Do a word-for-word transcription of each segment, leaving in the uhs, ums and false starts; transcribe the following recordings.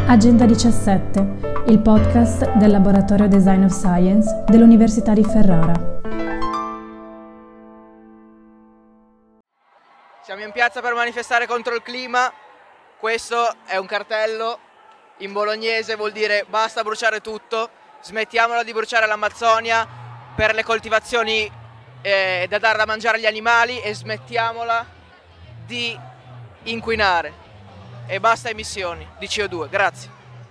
Agenda diciassette, il podcast del Laboratorio Design of Science dell'Università di Ferrara. Siamo in piazza per manifestare contro il clima. Questo è un cartello in bolognese, vuol dire basta bruciare tutto, smettiamola di bruciare l'Amazzonia per le coltivazioni eh, da dare da mangiare agli animali e smettiamola di inquinare. E basta emissioni di C O due, grazie.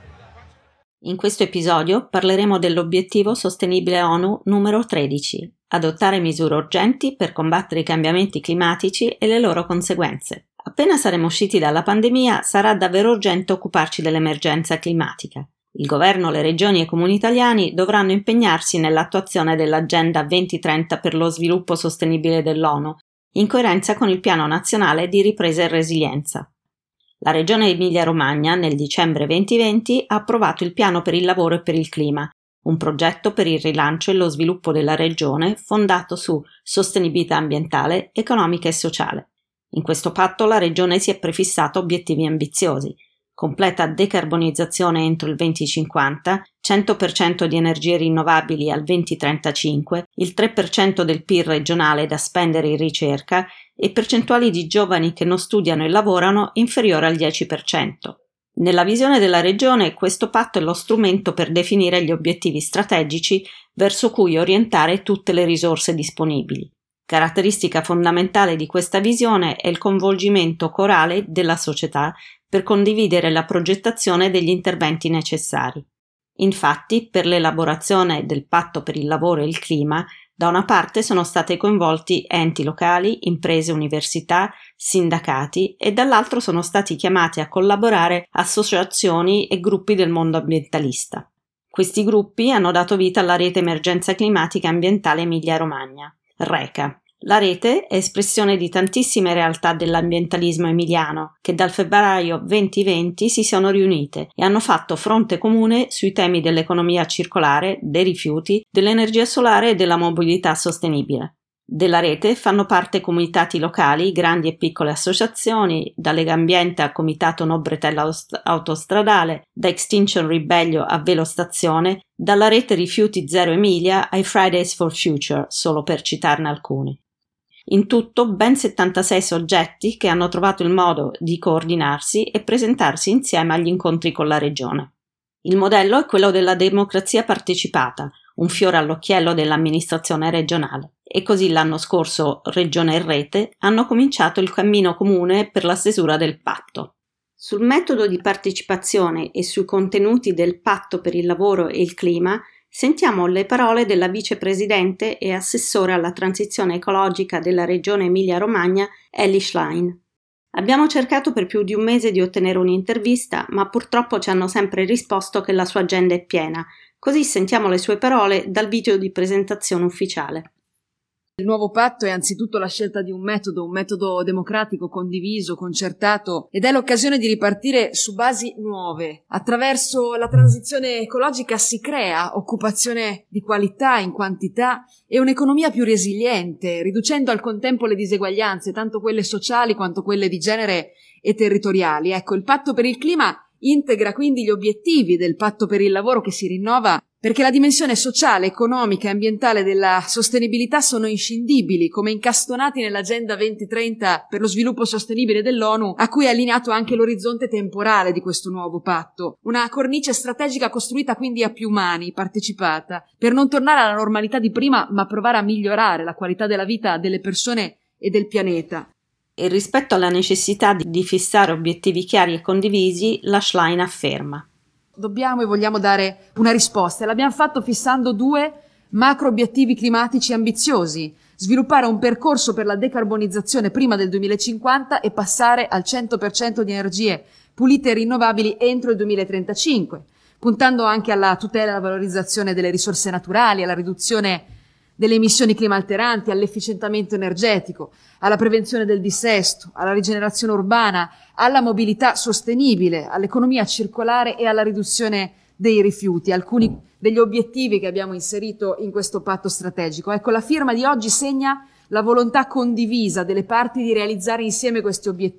In questo episodio parleremo dell'obiettivo sostenibile ONU numero tredici, adottare misure urgenti per combattere i cambiamenti climatici e le loro conseguenze. Appena saremo usciti dalla pandemia sarà davvero urgente occuparci dell'emergenza climatica. Il governo, le regioni e i comuni italiani dovranno impegnarsi nell'attuazione dell'Agenda duemilatrenta per lo sviluppo sostenibile dell'ONU, in coerenza con il Piano Nazionale di Ripresa e Resilienza. La Regione Emilia-Romagna nel dicembre duemilaventi ha approvato il Piano per il lavoro e per il clima, un progetto per il rilancio e lo sviluppo della regione fondato su sostenibilità ambientale, economica e sociale. In questo patto la regione si è prefissata obiettivi ambiziosi: completa decarbonizzazione entro il duemilacinquanta, cento per cento di energie rinnovabili al duemilatrentacinque, il tre per cento del P I L regionale da spendere in ricerca e percentuali di giovani che non studiano e lavorano inferiore al dieci per cento. Nella visione della regione, questo patto è lo strumento per definire gli obiettivi strategici verso cui orientare tutte le risorse disponibili. Caratteristica fondamentale di questa visione è il coinvolgimento corale della società per condividere la progettazione degli interventi necessari. Infatti, per l'elaborazione del Patto per il lavoro e il clima, da una parte sono state coinvolti enti locali, imprese, università, sindacati e dall'altro sono stati chiamati a collaborare associazioni e gruppi del mondo ambientalista. Questi gruppi hanno dato vita alla Rete Emergenza Climatica Ambientale Emilia-Romagna, RECA. La rete è espressione di tantissime realtà dell'ambientalismo emiliano che dal febbraio duemilaventi si sono riunite e hanno fatto fronte comune sui temi dell'economia circolare, dei rifiuti, dell'energia solare e della mobilità sostenibile. Della rete fanno parte comitati locali, grandi e piccole associazioni, da Legambiente a Comitato No Bretella Autostradale, da Extinction Rebellion a Velostazione, dalla rete Rifiuti Zero Emilia ai Fridays for Future, solo per citarne alcuni. In tutto ben settantasei soggetti che hanno trovato il modo di coordinarsi e presentarsi insieme agli incontri con la regione. Il modello è quello della democrazia partecipata, un fiore all'occhiello dell'amministrazione regionale. E così l'anno scorso Regione e Rete hanno cominciato il cammino comune per la stesura del patto. Sul metodo di partecipazione e sui contenuti del Patto per il lavoro e il clima sentiamo le parole della vicepresidente e assessore alla transizione ecologica della Regione Emilia-Romagna, Elly Schlein. Abbiamo cercato per più di un mese di ottenere un'intervista, ma purtroppo ci hanno sempre risposto che la sua agenda è piena. Così sentiamo le sue parole dal video di presentazione ufficiale. Il nuovo patto è anzitutto la scelta di un metodo, un metodo democratico, condiviso, concertato, ed è l'occasione di ripartire su basi nuove. Attraverso la transizione ecologica si crea occupazione di qualità in quantità e un'economia più resiliente, riducendo al contempo le diseguaglianze, tanto quelle sociali quanto quelle di genere e territoriali. Ecco, il patto per il clima integra quindi gli obiettivi del patto per il lavoro che si rinnova perché la dimensione sociale, economica e ambientale della sostenibilità sono inscindibili, come incastonati nell'Agenda duemilatrenta per lo sviluppo sostenibile dell'ONU, a cui è allineato anche l'orizzonte temporale di questo nuovo patto. Una cornice strategica costruita quindi a più mani, partecipata, per non tornare alla normalità di prima, ma provare a migliorare la qualità della vita delle persone e del pianeta. E rispetto alla necessità di fissare obiettivi chiari e condivisi, la Schlein afferma: dobbiamo e vogliamo dare una risposta e l'abbiamo fatto fissando due macro obiettivi climatici ambiziosi: sviluppare un percorso per la decarbonizzazione prima del duemilacinquanta e passare al cento per cento di energie pulite e rinnovabili entro il duemilatrentacinque, puntando anche alla tutela e alla valorizzazione delle risorse naturali, alla riduzione delle emissioni climalteranti, all'efficientamento energetico, alla prevenzione del dissesto, alla rigenerazione urbana, alla mobilità sostenibile, all'economia circolare e alla riduzione dei rifiuti, alcuni degli obiettivi che abbiamo inserito in questo patto strategico. Ecco, la firma di oggi segna la volontà condivisa delle parti di realizzare insieme questi obiettivi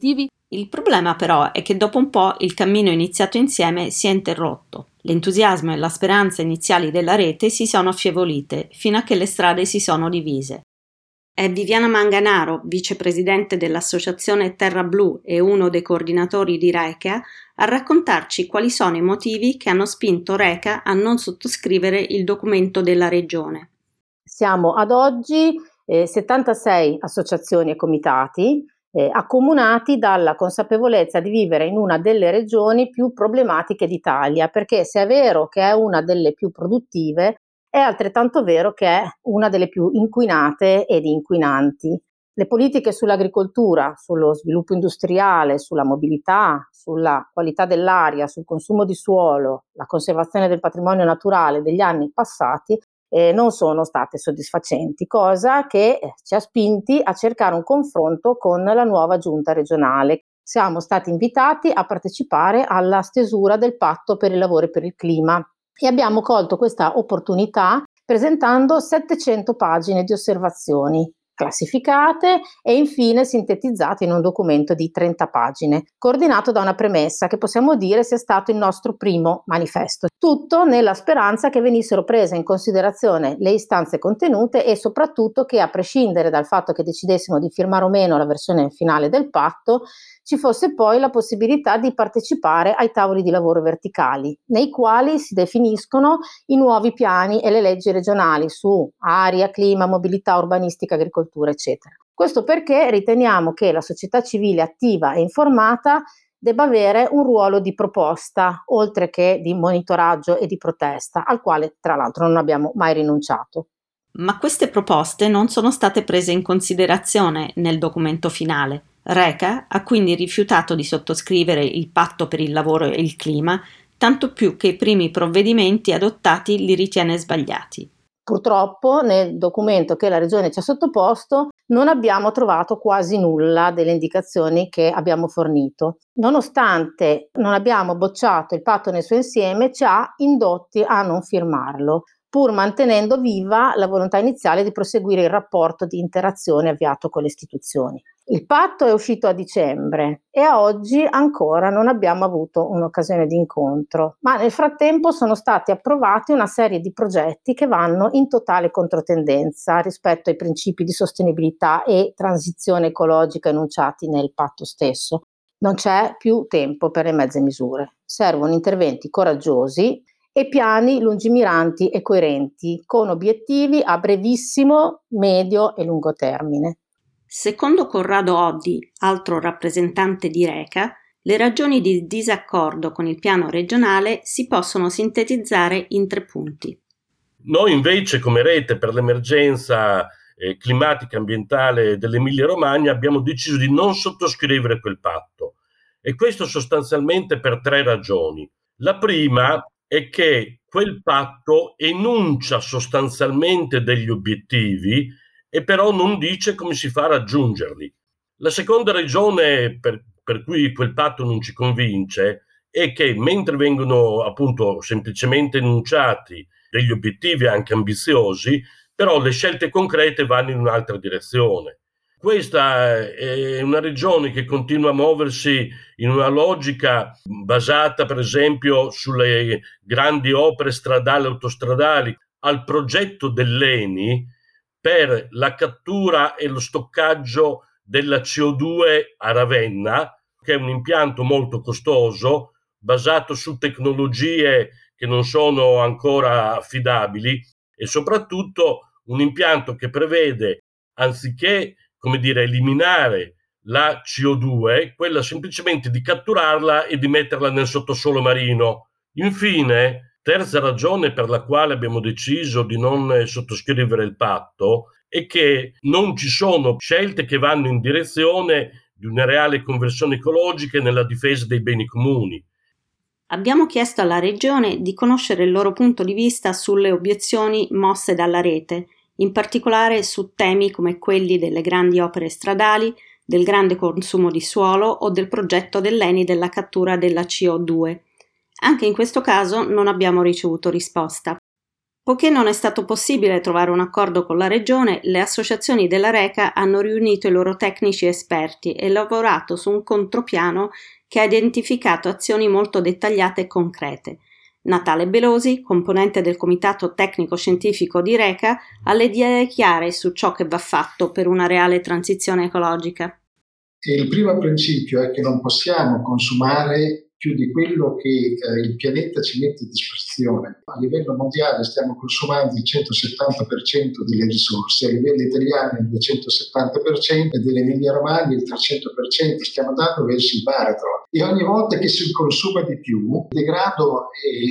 Il problema però è che dopo un po' il cammino iniziato insieme si è interrotto. L'entusiasmo e la speranza iniziali della rete si sono affievolite fino a che le strade si sono divise. È Viviana Manganaro, vicepresidente dell'associazione Terra Blu e uno dei coordinatori di RECA, a raccontarci quali sono i motivi che hanno spinto RECA a non sottoscrivere il documento della regione. Siamo ad oggi eh, settantasei associazioni e comitati eh, accomunati dalla consapevolezza di vivere in una delle regioni più problematiche d'Italia, perché se è vero che è una delle più produttive, è altrettanto vero che è una delle più inquinate ed inquinanti. Le politiche sull'agricoltura, sullo sviluppo industriale, sulla mobilità, sulla qualità dell'aria, sul consumo di suolo, la conservazione del patrimonio naturale degli anni passati eh, non sono state soddisfacenti, cosa che ci ha spinti a cercare un confronto con la nuova giunta regionale. Siamo stati invitati a partecipare alla stesura del patto per il lavoro e per il clima e abbiamo colto questa opportunità presentando settecento pagine di osservazioni classificate e infine sintetizzate in un documento di trenta pagine, coordinato da una premessa che possiamo dire sia stato il nostro primo manifesto. Tutto nella speranza che venissero prese in considerazione le istanze contenute e soprattutto che, a prescindere dal fatto che decidessimo di firmare o meno la versione finale del patto, ci fosse poi la possibilità di partecipare ai tavoli di lavoro verticali, nei quali si definiscono i nuovi piani e le leggi regionali su aria, clima, mobilità, urbanistica, agricoltura, eccetera. Questo perché riteniamo che la società civile attiva e informata debba avere un ruolo di proposta, oltre che di monitoraggio e di protesta, al quale tra l'altro non abbiamo mai rinunciato. Ma queste proposte non sono state prese in considerazione nel documento finale. RECA ha quindi rifiutato di sottoscrivere il patto per il lavoro e il clima, tanto più che i primi provvedimenti adottati li ritiene sbagliati. Purtroppo nel documento che la Regione ci ha sottoposto non abbiamo trovato quasi nulla delle indicazioni che abbiamo fornito. Nonostante non abbiamo bocciato il patto nel suo insieme, ci ha indotti a non firmarlo, pur mantenendo viva la volontà iniziale di proseguire il rapporto di interazione avviato con le istituzioni. Il patto è uscito a dicembre e a oggi ancora non abbiamo avuto un'occasione di incontro, ma nel frattempo sono stati approvati una serie di progetti che vanno in totale controtendenza rispetto ai principi di sostenibilità e transizione ecologica enunciati nel patto stesso. Non c'è più tempo per le mezze misure, servono interventi coraggiosi e piani lungimiranti e coerenti, con obiettivi a brevissimo, medio e lungo termine. Secondo Corrado Oddi, altro rappresentante di RECA, le ragioni di disaccordo con il piano regionale si possono sintetizzare in tre punti. Noi invece, come Rete per l'emergenza eh, climatica e ambientale dell'Emilia-Romagna, abbiamo deciso di non sottoscrivere quel patto, e questo sostanzialmente per tre ragioni. La prima è che quel patto enuncia sostanzialmente degli obiettivi e però non dice come si fa a raggiungerli. La seconda ragione per, per cui quel patto non ci convince è che mentre vengono appunto semplicemente enunciati degli obiettivi anche ambiziosi, però le scelte concrete vanno in un'altra direzione. Questa è una regione che continua a muoversi in una logica basata per esempio sulle grandi opere stradali e autostradali, al progetto dell'Eni per la cattura e lo stoccaggio della C O due a Ravenna, che è un impianto molto costoso, basato su tecnologie che non sono ancora affidabili e soprattutto un impianto che prevede, anziché come dire, eliminare la C O due, quella semplicemente di catturarla e di metterla nel sottosuolo marino. Infine, terza ragione per la quale abbiamo deciso di non sottoscrivere il patto è che non ci sono scelte che vanno in direzione di una reale conversione ecologica e nella difesa dei beni comuni. Abbiamo chiesto alla Regione di conoscere il loro punto di vista sulle obiezioni mosse dalla Rete, in particolare su temi come quelli delle grandi opere stradali, del grande consumo di suolo o del progetto dell'Eni della cattura della C O due. Anche in questo caso non abbiamo ricevuto risposta. Poiché non è stato possibile trovare un accordo con la Regione, le associazioni della Reca hanno riunito i loro tecnici esperti e lavorato su un contropiano che ha identificato azioni molto dettagliate e concrete. Natale Belosi, componente del Comitato Tecnico-Scientifico di Reca, ha le idee chiare su ciò che va fatto per una reale transizione ecologica. Il primo principio è che non possiamo consumare più di quello che eh, il pianeta ci mette a disposizione. A livello mondiale stiamo consumando il centosettanta per cento delle risorse, a livello italiano il duecentosettanta per cento e dell'Emilia Romagna il trecento per cento, stiamo andando verso il baratro e ogni volta che si consuma di più il degrado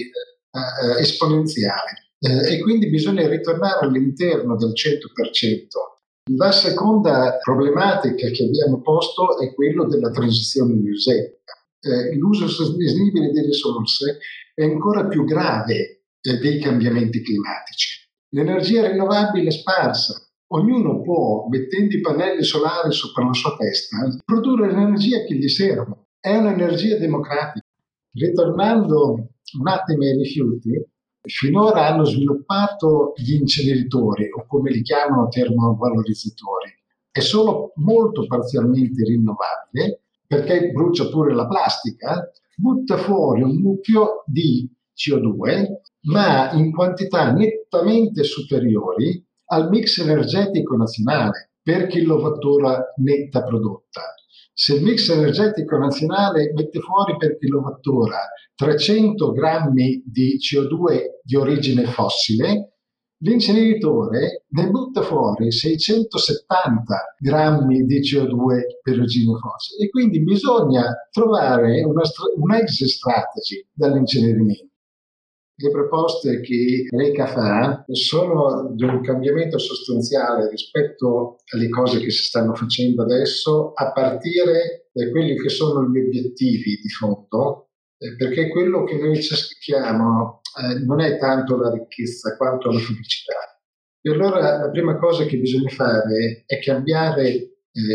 è eh, esponenziale eh, e quindi bisogna ritornare all'interno del cento per cento. La seconda problematica che abbiamo posto è quello della transizione energetica. Eh, l'uso sostenibile delle risorse è ancora più grave eh, dei cambiamenti climatici. L'energia rinnovabile è sparsa. Ognuno può, mettendo i pannelli solari sopra la sua testa, produrre l'energia che gli serve. È un'energia democratica. Ritornando un attimo ai rifiuti, finora hanno sviluppato gli inceneritori, o come li chiamano termovalorizzatori. È solo molto parzialmente rinnovabile, perché brucia pure la plastica, butta fuori un mucchio di C O due, ma in quantità nettamente superiori al mix energetico nazionale per kilowattora netta prodotta. Se il mix energetico nazionale mette fuori per kilowattora trecento grammi di C O due di origine fossile, l'inceneritore ne butta fuori seicentosettanta grammi di C O due per origine fossile e quindi bisogna trovare una, una exit strategy dall'incenerimento. Le proposte che Reca fa sono di un cambiamento sostanziale rispetto alle cose che si stanno facendo adesso, a partire da quelli che sono gli obiettivi di fondo, eh, perché quello che noi cerchiamo eh, non è tanto la ricchezza quanto la felicità. E allora la prima cosa che bisogna fare è cambiare eh,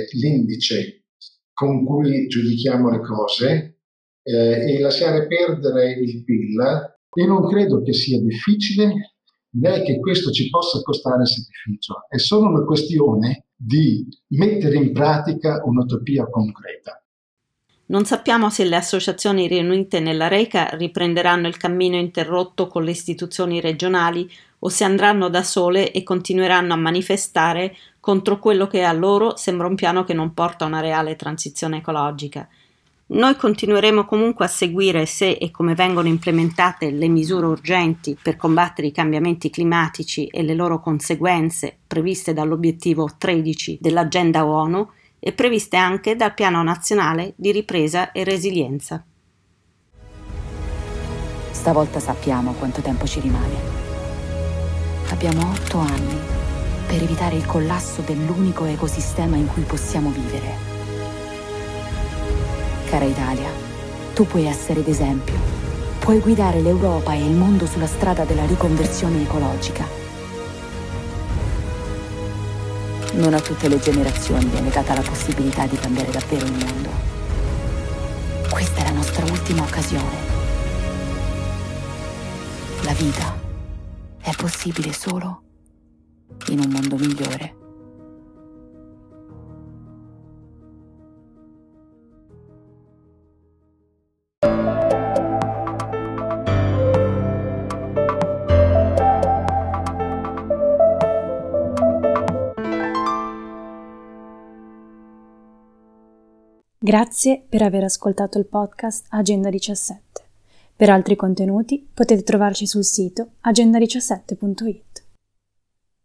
l'indice con cui giudichiamo le cose eh, e lasciare perdere il P I L. Io non credo che sia difficile né che questo ci possa costare sacrificio, è solo una questione di mettere in pratica un'utopia concreta. Non sappiamo se le associazioni riunite nella Reca riprenderanno il cammino interrotto con le istituzioni regionali o se andranno da sole e continueranno a manifestare contro quello che a loro sembra un piano che non porta a una reale transizione ecologica. Noi continueremo comunque a seguire se e come vengono implementate le misure urgenti per combattere i cambiamenti climatici e le loro conseguenze previste dall'obiettivo tredici dell'agenda ONU e previste anche dal Piano Nazionale di Ripresa e Resilienza. Stavolta sappiamo quanto tempo ci rimane. Abbiamo otto anni per evitare il collasso dell'unico ecosistema in cui possiamo vivere. Cara Italia, tu puoi essere d'esempio. Puoi guidare l'Europa e il mondo sulla strada della riconversione ecologica. Non a tutte le generazioni viene data la possibilità di cambiare davvero il mondo. Questa è la nostra ultima occasione. La vita è possibile solo in un mondo migliore. Grazie per aver ascoltato il podcast Agenda diciassette. Per altri contenuti potete trovarci sul sito agenda diciassette punto it.